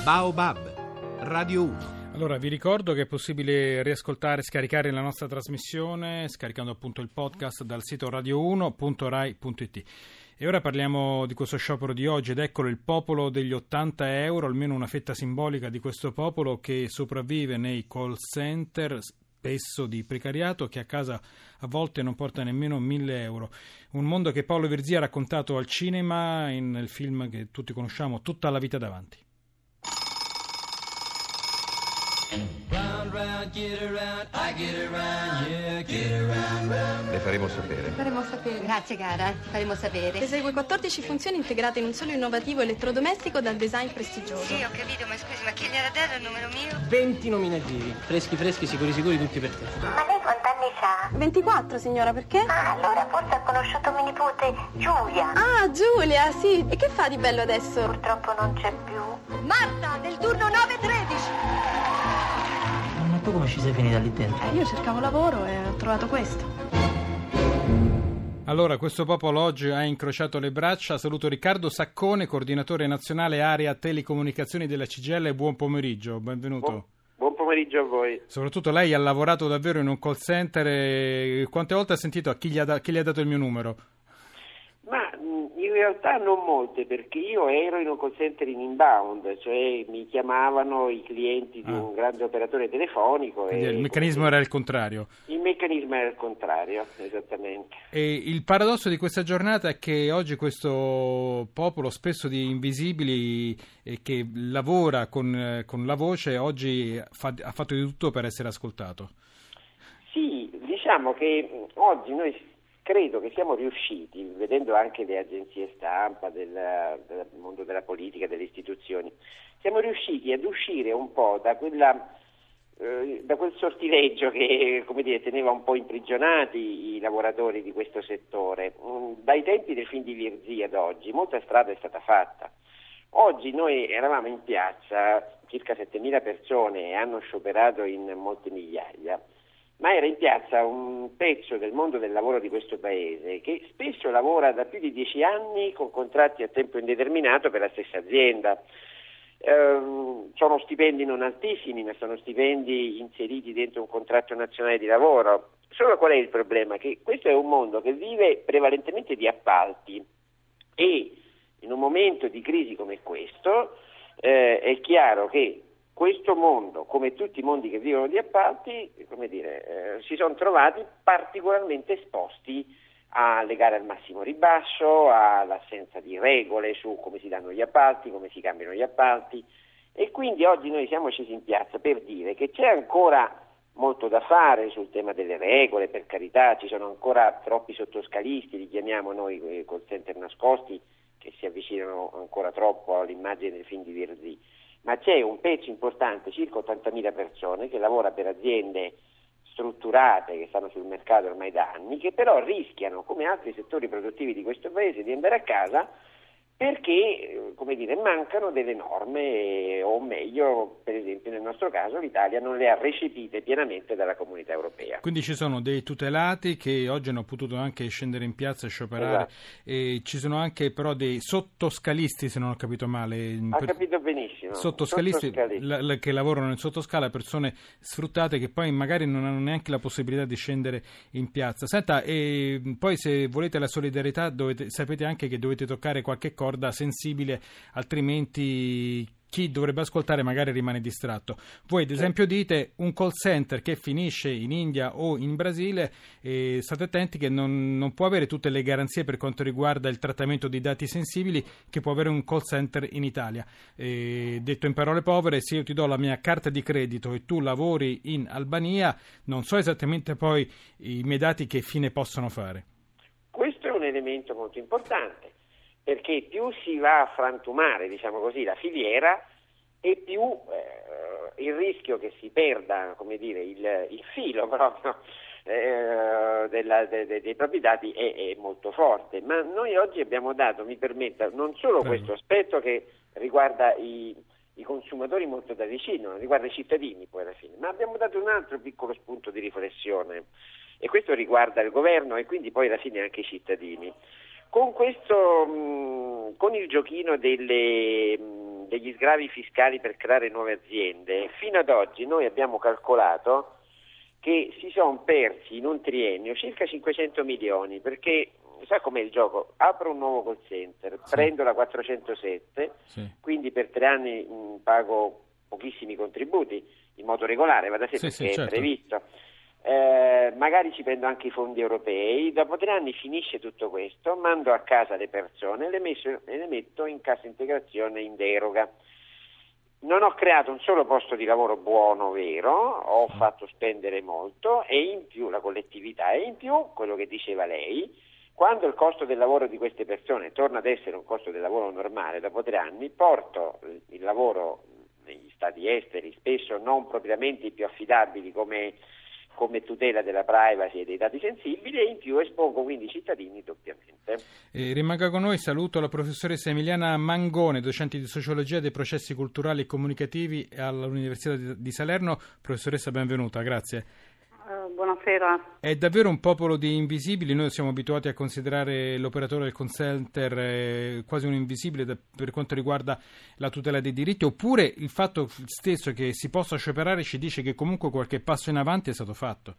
Baobab, Radio 1. Allora, vi ricordo che è possibile riascoltare e scaricare la nostra trasmissione scaricando appunto il podcast dal sito radio1.rai.it. E ora parliamo di questo sciopero di oggi ed eccolo il popolo degli 80 euro, almeno una fetta simbolica di questo popolo che sopravvive nei call center spesso di precariato, che a casa a volte non porta nemmeno 1.000 euro. Un mondo che Paolo Virzì ha raccontato al cinema nel film che tutti conosciamo, Tutta la vita davanti. Le faremo sapere. Faremo sapere. Grazie cara, ti faremo sapere. Esegue 14 funzioni integrate in un solo innovativo elettrodomestico dal design prestigioso. Sì, ho capito, ma scusi, ma chi gliel'ha dato il numero mio? 20 nominativi, freschi, sicuri, tutti per te. Ma lei quanti anni sa? 24 signora, perché? Ah, allora forse ha conosciuto mia nipote Giulia. Ah, Giulia, sì. E che fa di bello adesso? Purtroppo non c'è più. Marta, del turno 9-13. Ma tu come ci sei finita lì dentro? Io cercavo lavoro e ho trovato questo. Allora, questo popolo oggi ha incrociato le braccia. Saluto Riccardo Saccone, coordinatore nazionale area telecomunicazioni della CGIL. Buon pomeriggio, benvenuto. Buon pomeriggio a voi. Soprattutto lei ha lavorato davvero in un call center. E quante volte ha sentito a chi gli ha dato il mio numero? Ma in realtà non molte, perché io ero in un call center in inbound, cioè mi chiamavano i clienti di un grande operatore telefonico. Quindi il meccanismo era il contrario. Il meccanismo era il contrario, esattamente. E il paradosso di questa giornata è che oggi questo popolo, spesso di invisibili, che lavora con la voce, oggi ha fatto di tutto per essere ascoltato. Sì, diciamo che oggi noi credo che siamo riusciti, vedendo anche le agenzie stampa del mondo della politica, delle istituzioni, siamo riusciti ad uscire un po' da quel sortileggio che, come dire, teneva un po' imprigionati i lavoratori di questo settore. Dai tempi del film di Virzì ad oggi molta strada è stata fatta. Oggi noi eravamo in piazza, circa 7.000 persone, e hanno scioperato in molte migliaia. Ma era in piazza un pezzo del mondo del lavoro di questo paese che spesso lavora da più di 10 anni con contratti a tempo indeterminato per la stessa azienda. Sono stipendi non altissimi, ma sono stipendi inseriti dentro un contratto nazionale di lavoro. Solo qual è il problema? Che questo è un mondo che vive prevalentemente di appalti e in un momento di crisi come questo è chiaro che questo mondo, come tutti i mondi che vivono di appalti, si sono trovati particolarmente esposti alle gare al massimo ribasso, all'assenza di regole su come si danno gli appalti, come si cambiano gli appalti, e quindi oggi noi siamo scesi in piazza per dire che c'è ancora molto da fare sul tema delle regole, per carità, ci sono ancora troppi sottoscalisti, li chiamiamo noi call center nascosti, che si avvicinano ancora troppo all'immagine del film di Virzì. Ma c'è un pezzo importante, circa 80.000 persone, che lavora per aziende strutturate che stanno sul mercato ormai da anni, che però rischiano, come altri settori produttivi di questo paese, di andare a casa perché, mancano delle norme, o meglio, per esempio nel nostro caso l'Italia non le ha recepite pienamente dalla Comunità Europea. Quindi ci sono dei tutelati che oggi hanno potuto anche scendere in piazza e scioperare, esatto. E ci sono anche però dei sottoscalisti, se non ho capito male. Ha capito benissimo. Sottoscalisti. Che lavorano in sottoscala, persone sfruttate che poi magari non hanno neanche la possibilità di scendere in piazza. Senta, e poi se volete la solidarietà sapete anche che dovete toccare qualche corda sensibile, altrimenti chi dovrebbe ascoltare magari rimane distratto. Voi ad esempio dite un call center che finisce in India o in Brasile, state attenti che non può avere tutte le garanzie per quanto riguarda il trattamento di dati sensibili che può avere un call center in Italia. Detto in parole povere, se io ti do la mia carta di credito e tu lavori in Albania, non so esattamente poi i miei dati che fine possono fare. Questo è un elemento molto importante, perché più si va a frantumare, la filiera, e più il rischio che si perda, il filo proprio dei propri dati è molto forte. Ma noi oggi abbiamo dato, mi permetta, non solo questo aspetto che riguarda i consumatori molto da vicino, riguarda i cittadini poi alla fine, ma abbiamo dato un altro piccolo spunto di riflessione, e questo riguarda il governo e quindi poi alla fine anche i cittadini. Con il giochino delle degli sgravi fiscali per creare nuove aziende, fino ad oggi noi abbiamo calcolato che si sono persi in un triennio circa 500 milioni, perché sa com'è il gioco? Apro un nuovo call center, prendo la 407, quindi per 3 anni pago pochissimi contributi in modo regolare, va da sé perché è previsto. Magari ci prendo anche i fondi europei, dopo 3 anni finisce tutto questo, mando a casa le persone e le metto in cassa integrazione in deroga. Non ho creato un solo posto di lavoro buono, vero, ho fatto spendere molto e in più la collettività, e in più quello che diceva lei, quando il costo del lavoro di queste persone torna ad essere un costo del lavoro normale dopo 3 anni, porto il lavoro negli stati esteri, spesso non propriamente i più affidabili come tutela della privacy e dei dati sensibili, e in più espongo quindi i cittadini doppiamente. Rimanga con noi, saluto la professoressa Emiliana Mangone, docente di sociologia dei processi culturali e comunicativi all'Università di Salerno. Professoressa, benvenuta, grazie. Buonasera. È davvero un popolo di invisibili. Noi siamo abituati a considerare l'operatore del call center quasi un invisibile per quanto riguarda la tutela dei diritti, oppure il fatto stesso che si possa scioperare ci dice che comunque qualche passo in avanti è stato fatto?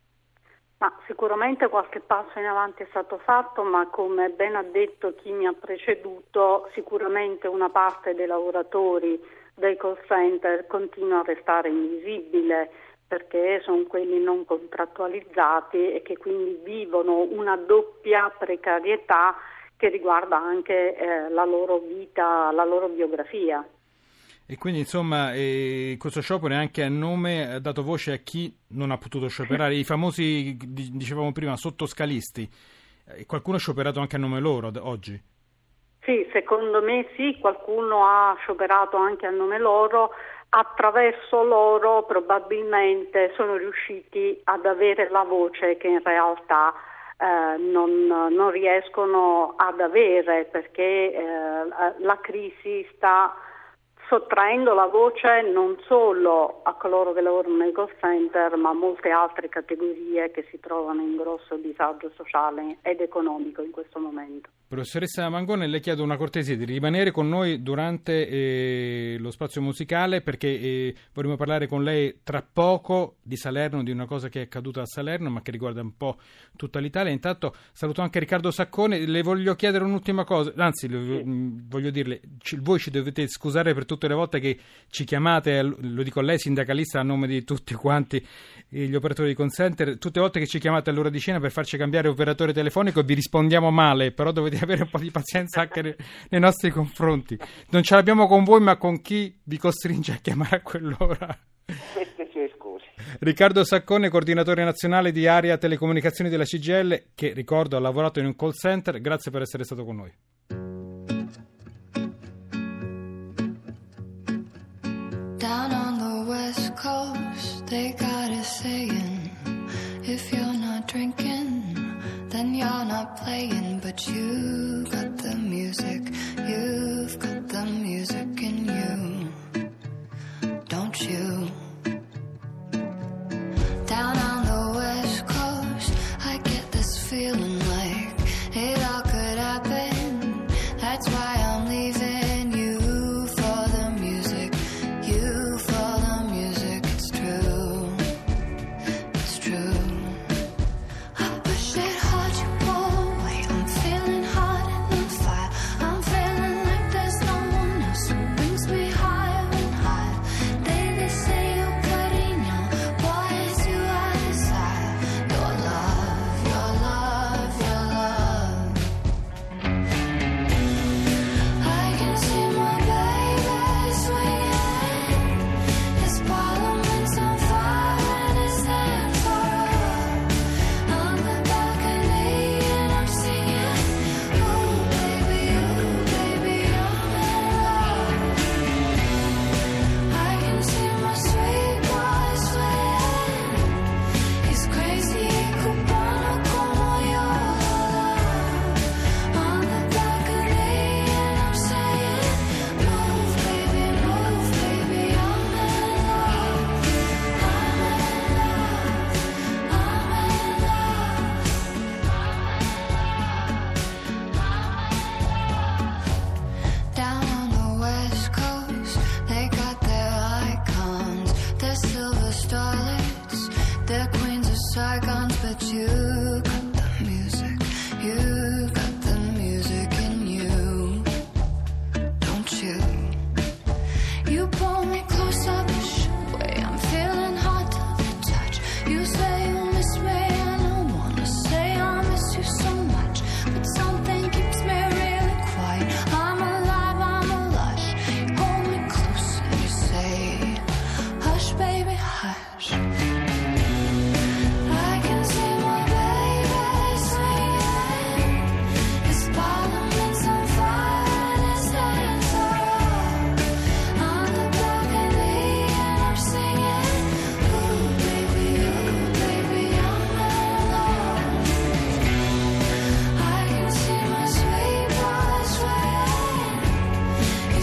Ma sicuramente qualche passo in avanti è stato fatto, ma come ben ha detto chi mi ha preceduto, sicuramente una parte dei lavoratori dei call center continua a restare invisibile, perché sono quelli non contrattualizzati e che quindi vivono una doppia precarietà che riguarda anche la loro vita, la loro biografia. E quindi insomma questo sciopero è anche ha dato voce a chi non ha potuto scioperare, i famosi, dicevamo prima, sottoscalisti. Qualcuno ha scioperato anche a nome loro oggi? Sì, secondo me sì, qualcuno ha scioperato anche a nome loro. Attraverso loro probabilmente sono riusciti ad avere la voce che in realtà non riescono ad avere, perché la crisi sta sottraendo la voce non solo a coloro che lavorano nei call center, ma a molte altre categorie che si trovano in grosso disagio sociale ed economico in questo momento. Professoressa Mangone, le chiedo una cortesia di rimanere con noi durante lo spazio musicale, perché vorremmo parlare con lei tra poco di Salerno, di una cosa che è accaduta a Salerno ma che riguarda un po' tutta l'Italia. Intanto saluto anche Riccardo Saccone, le voglio chiedere un'ultima cosa, anzi voglio dirle, voi ci dovete scusare per tutte le volte che ci chiamate, lo dico a lei sindacalista a nome di tutti quanti gli operatori di call center, tutte le volte che ci chiamate all'ora di cena per farci cambiare operatore telefonico vi rispondiamo male, però dovete avere un po' di pazienza anche nei nostri confronti. Non ce l'abbiamo con voi, ma con chi vi costringe a chiamare a quell'ora. Queste sue scuse. Riccardo Saccone, coordinatore nazionale di area telecomunicazioni della CGIL, che ricordo ha lavorato in un call center, grazie per essere stato con noi. Down on the West Coast, they got a saying, if you're not drinking, then you're not playing, but you got the music, you've got the music in you, don't you? Down on the West Coast, I get this feeling like it all could happen, that's why I'm leaving you for the music, you for the music, it's true, it's true. I push it hard, you won't wait, I'm feeling hard and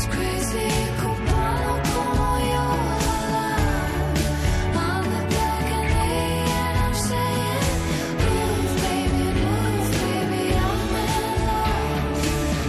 es crazy, cubano como yo, I'm the balcony and I'm saying, move baby, I'm in love.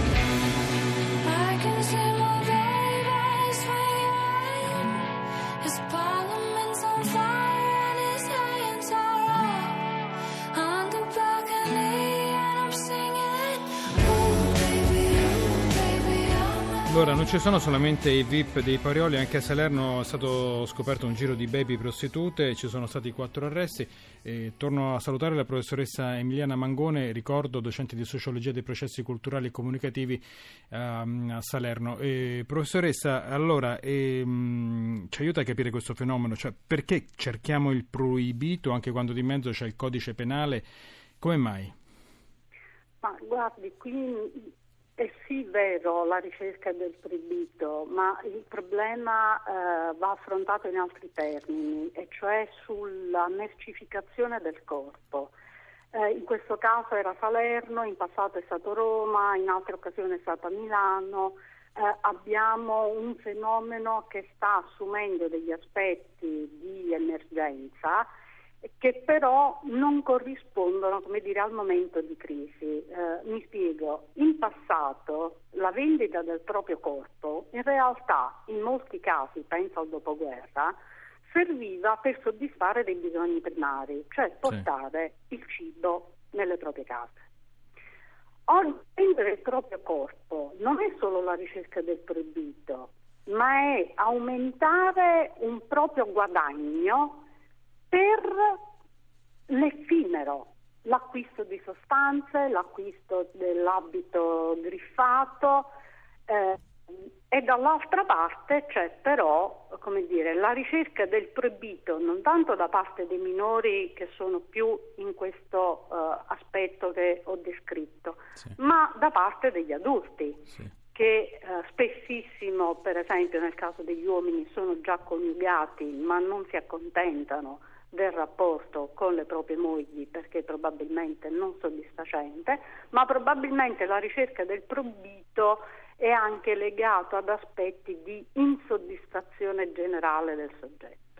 I can see my baby swinging, his parliament's on fire and his hands are up on the balcony and I'm singing, oh baby, I'm in. Allora, non ci sono solamente i VIP dei Parioli, anche a Salerno è stato scoperto un giro di baby prostitute, ci sono stati 4 arresti. Torno a salutare la professoressa Emiliana Mangone, ricordo docente di sociologia dei processi culturali e comunicativi a Salerno. Professoressa, allora ci aiuta a capire questo fenomeno, cioè perché cerchiamo il proibito anche quando di mezzo c'è il codice penale, come mai? Ma guardi, qui è sì vero la ricerca del proibito, ma il problema va affrontato in altri termini, e cioè sulla mercificazione del corpo. In questo caso era Salerno, in passato è stato Roma, in altre occasioni è stata Milano. Abbiamo un fenomeno che sta assumendo degli aspetti di emergenza che però non corrispondono, come dire, al momento di crisi. Mi spiego. In passato la vendita del proprio corpo in realtà in molti casi, penso al dopoguerra, serviva per soddisfare dei bisogni primari, cioè portare il cibo nelle proprie case. Oggi vendere il proprio corpo non è solo la ricerca del proibito, ma è aumentare un proprio guadagno per l'effimero, l'acquisto di sostanze, l'acquisto dell'abito griffato, e dall'altra parte c'è però, come dire, la ricerca del proibito non tanto da parte dei minori, che sono più in questo aspetto che ho descritto, ma da parte degli adulti. Che spessissimo, per esempio nel caso degli uomini, sono già coniugati ma non si accontentano del rapporto con le proprie mogli perché probabilmente non soddisfacente, ma probabilmente la ricerca del proibito è anche legato ad aspetti di insoddisfazione generale del soggetto.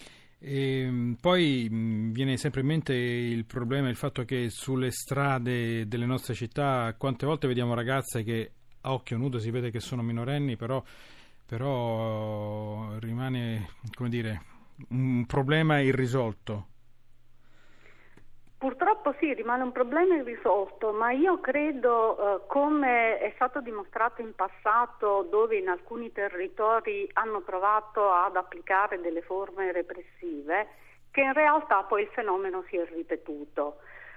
E poi viene sempre in mente il problema, il fatto che sulle strade delle nostre città quante volte vediamo ragazze che a occhio nudo si vede che sono minorenni, però rimane, come dire, un problema irrisolto. Purtroppo sì, rimane un problema irrisolto, ma io credo, come è stato dimostrato in passato, dove in alcuni territori hanno provato ad applicare delle forme repressive, che in realtà poi il fenomeno si è ripetuto.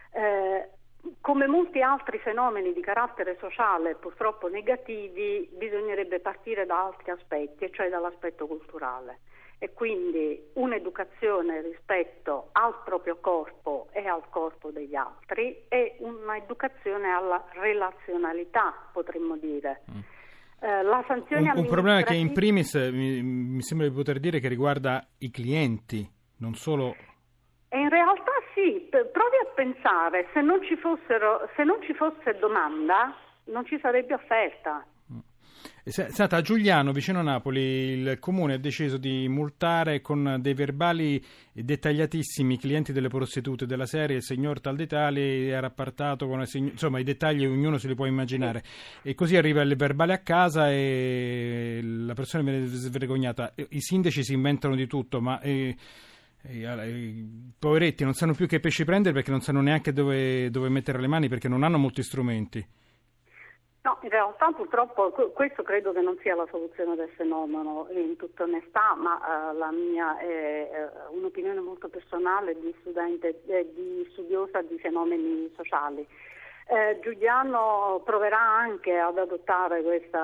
Come molti altri fenomeni di carattere sociale purtroppo negativi, bisognerebbe partire da altri aspetti, e cioè dall'aspetto culturale. E quindi un'educazione rispetto al proprio corpo e al corpo degli altri, e un'educazione alla relazionalità, potremmo dire. La sanzione un problema che in primis mi sembra di poter dire che riguarda i clienti, non solo. E in realtà sì, provi a pensare, se non ci fosse domanda non ci sarebbe offerta. A Giugliano, vicino a Napoli, il comune ha deciso di multare con dei verbali dettagliatissimi i clienti delle prostitute della serie: il signor tal dei tali era appartato con insomma i dettagli ognuno se li può immaginare, e così arriva il verbale a casa e la persona viene svergognata. I sindaci si inventano di tutto, ma i poveretti non sanno più che pesci prendere, perché non sanno neanche dove mettere le mani, perché non hanno molti strumenti. No, in realtà purtroppo questo credo che non sia la soluzione del fenomeno, in tutta onestà, ma la mia è un'opinione molto personale di studente, di studiosa di fenomeni sociali. Giuliano proverà anche ad adottare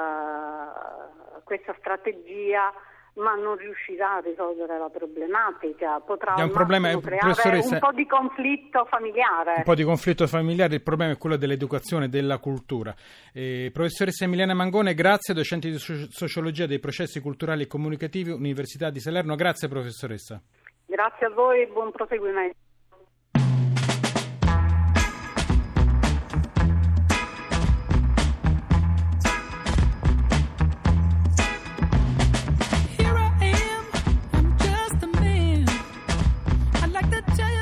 questa strategia, ma non riuscirà a risolvere la problematica, potrà creare un po' di conflitto familiare. Un po' di conflitto familiare, il problema è quello dell'educazione, della cultura. Professoressa Emiliana Mangone, grazie, docente di sociologia dei processi culturali e comunicativi, Università di Salerno. Grazie professoressa. Grazie a voi e buon proseguimento. like the giant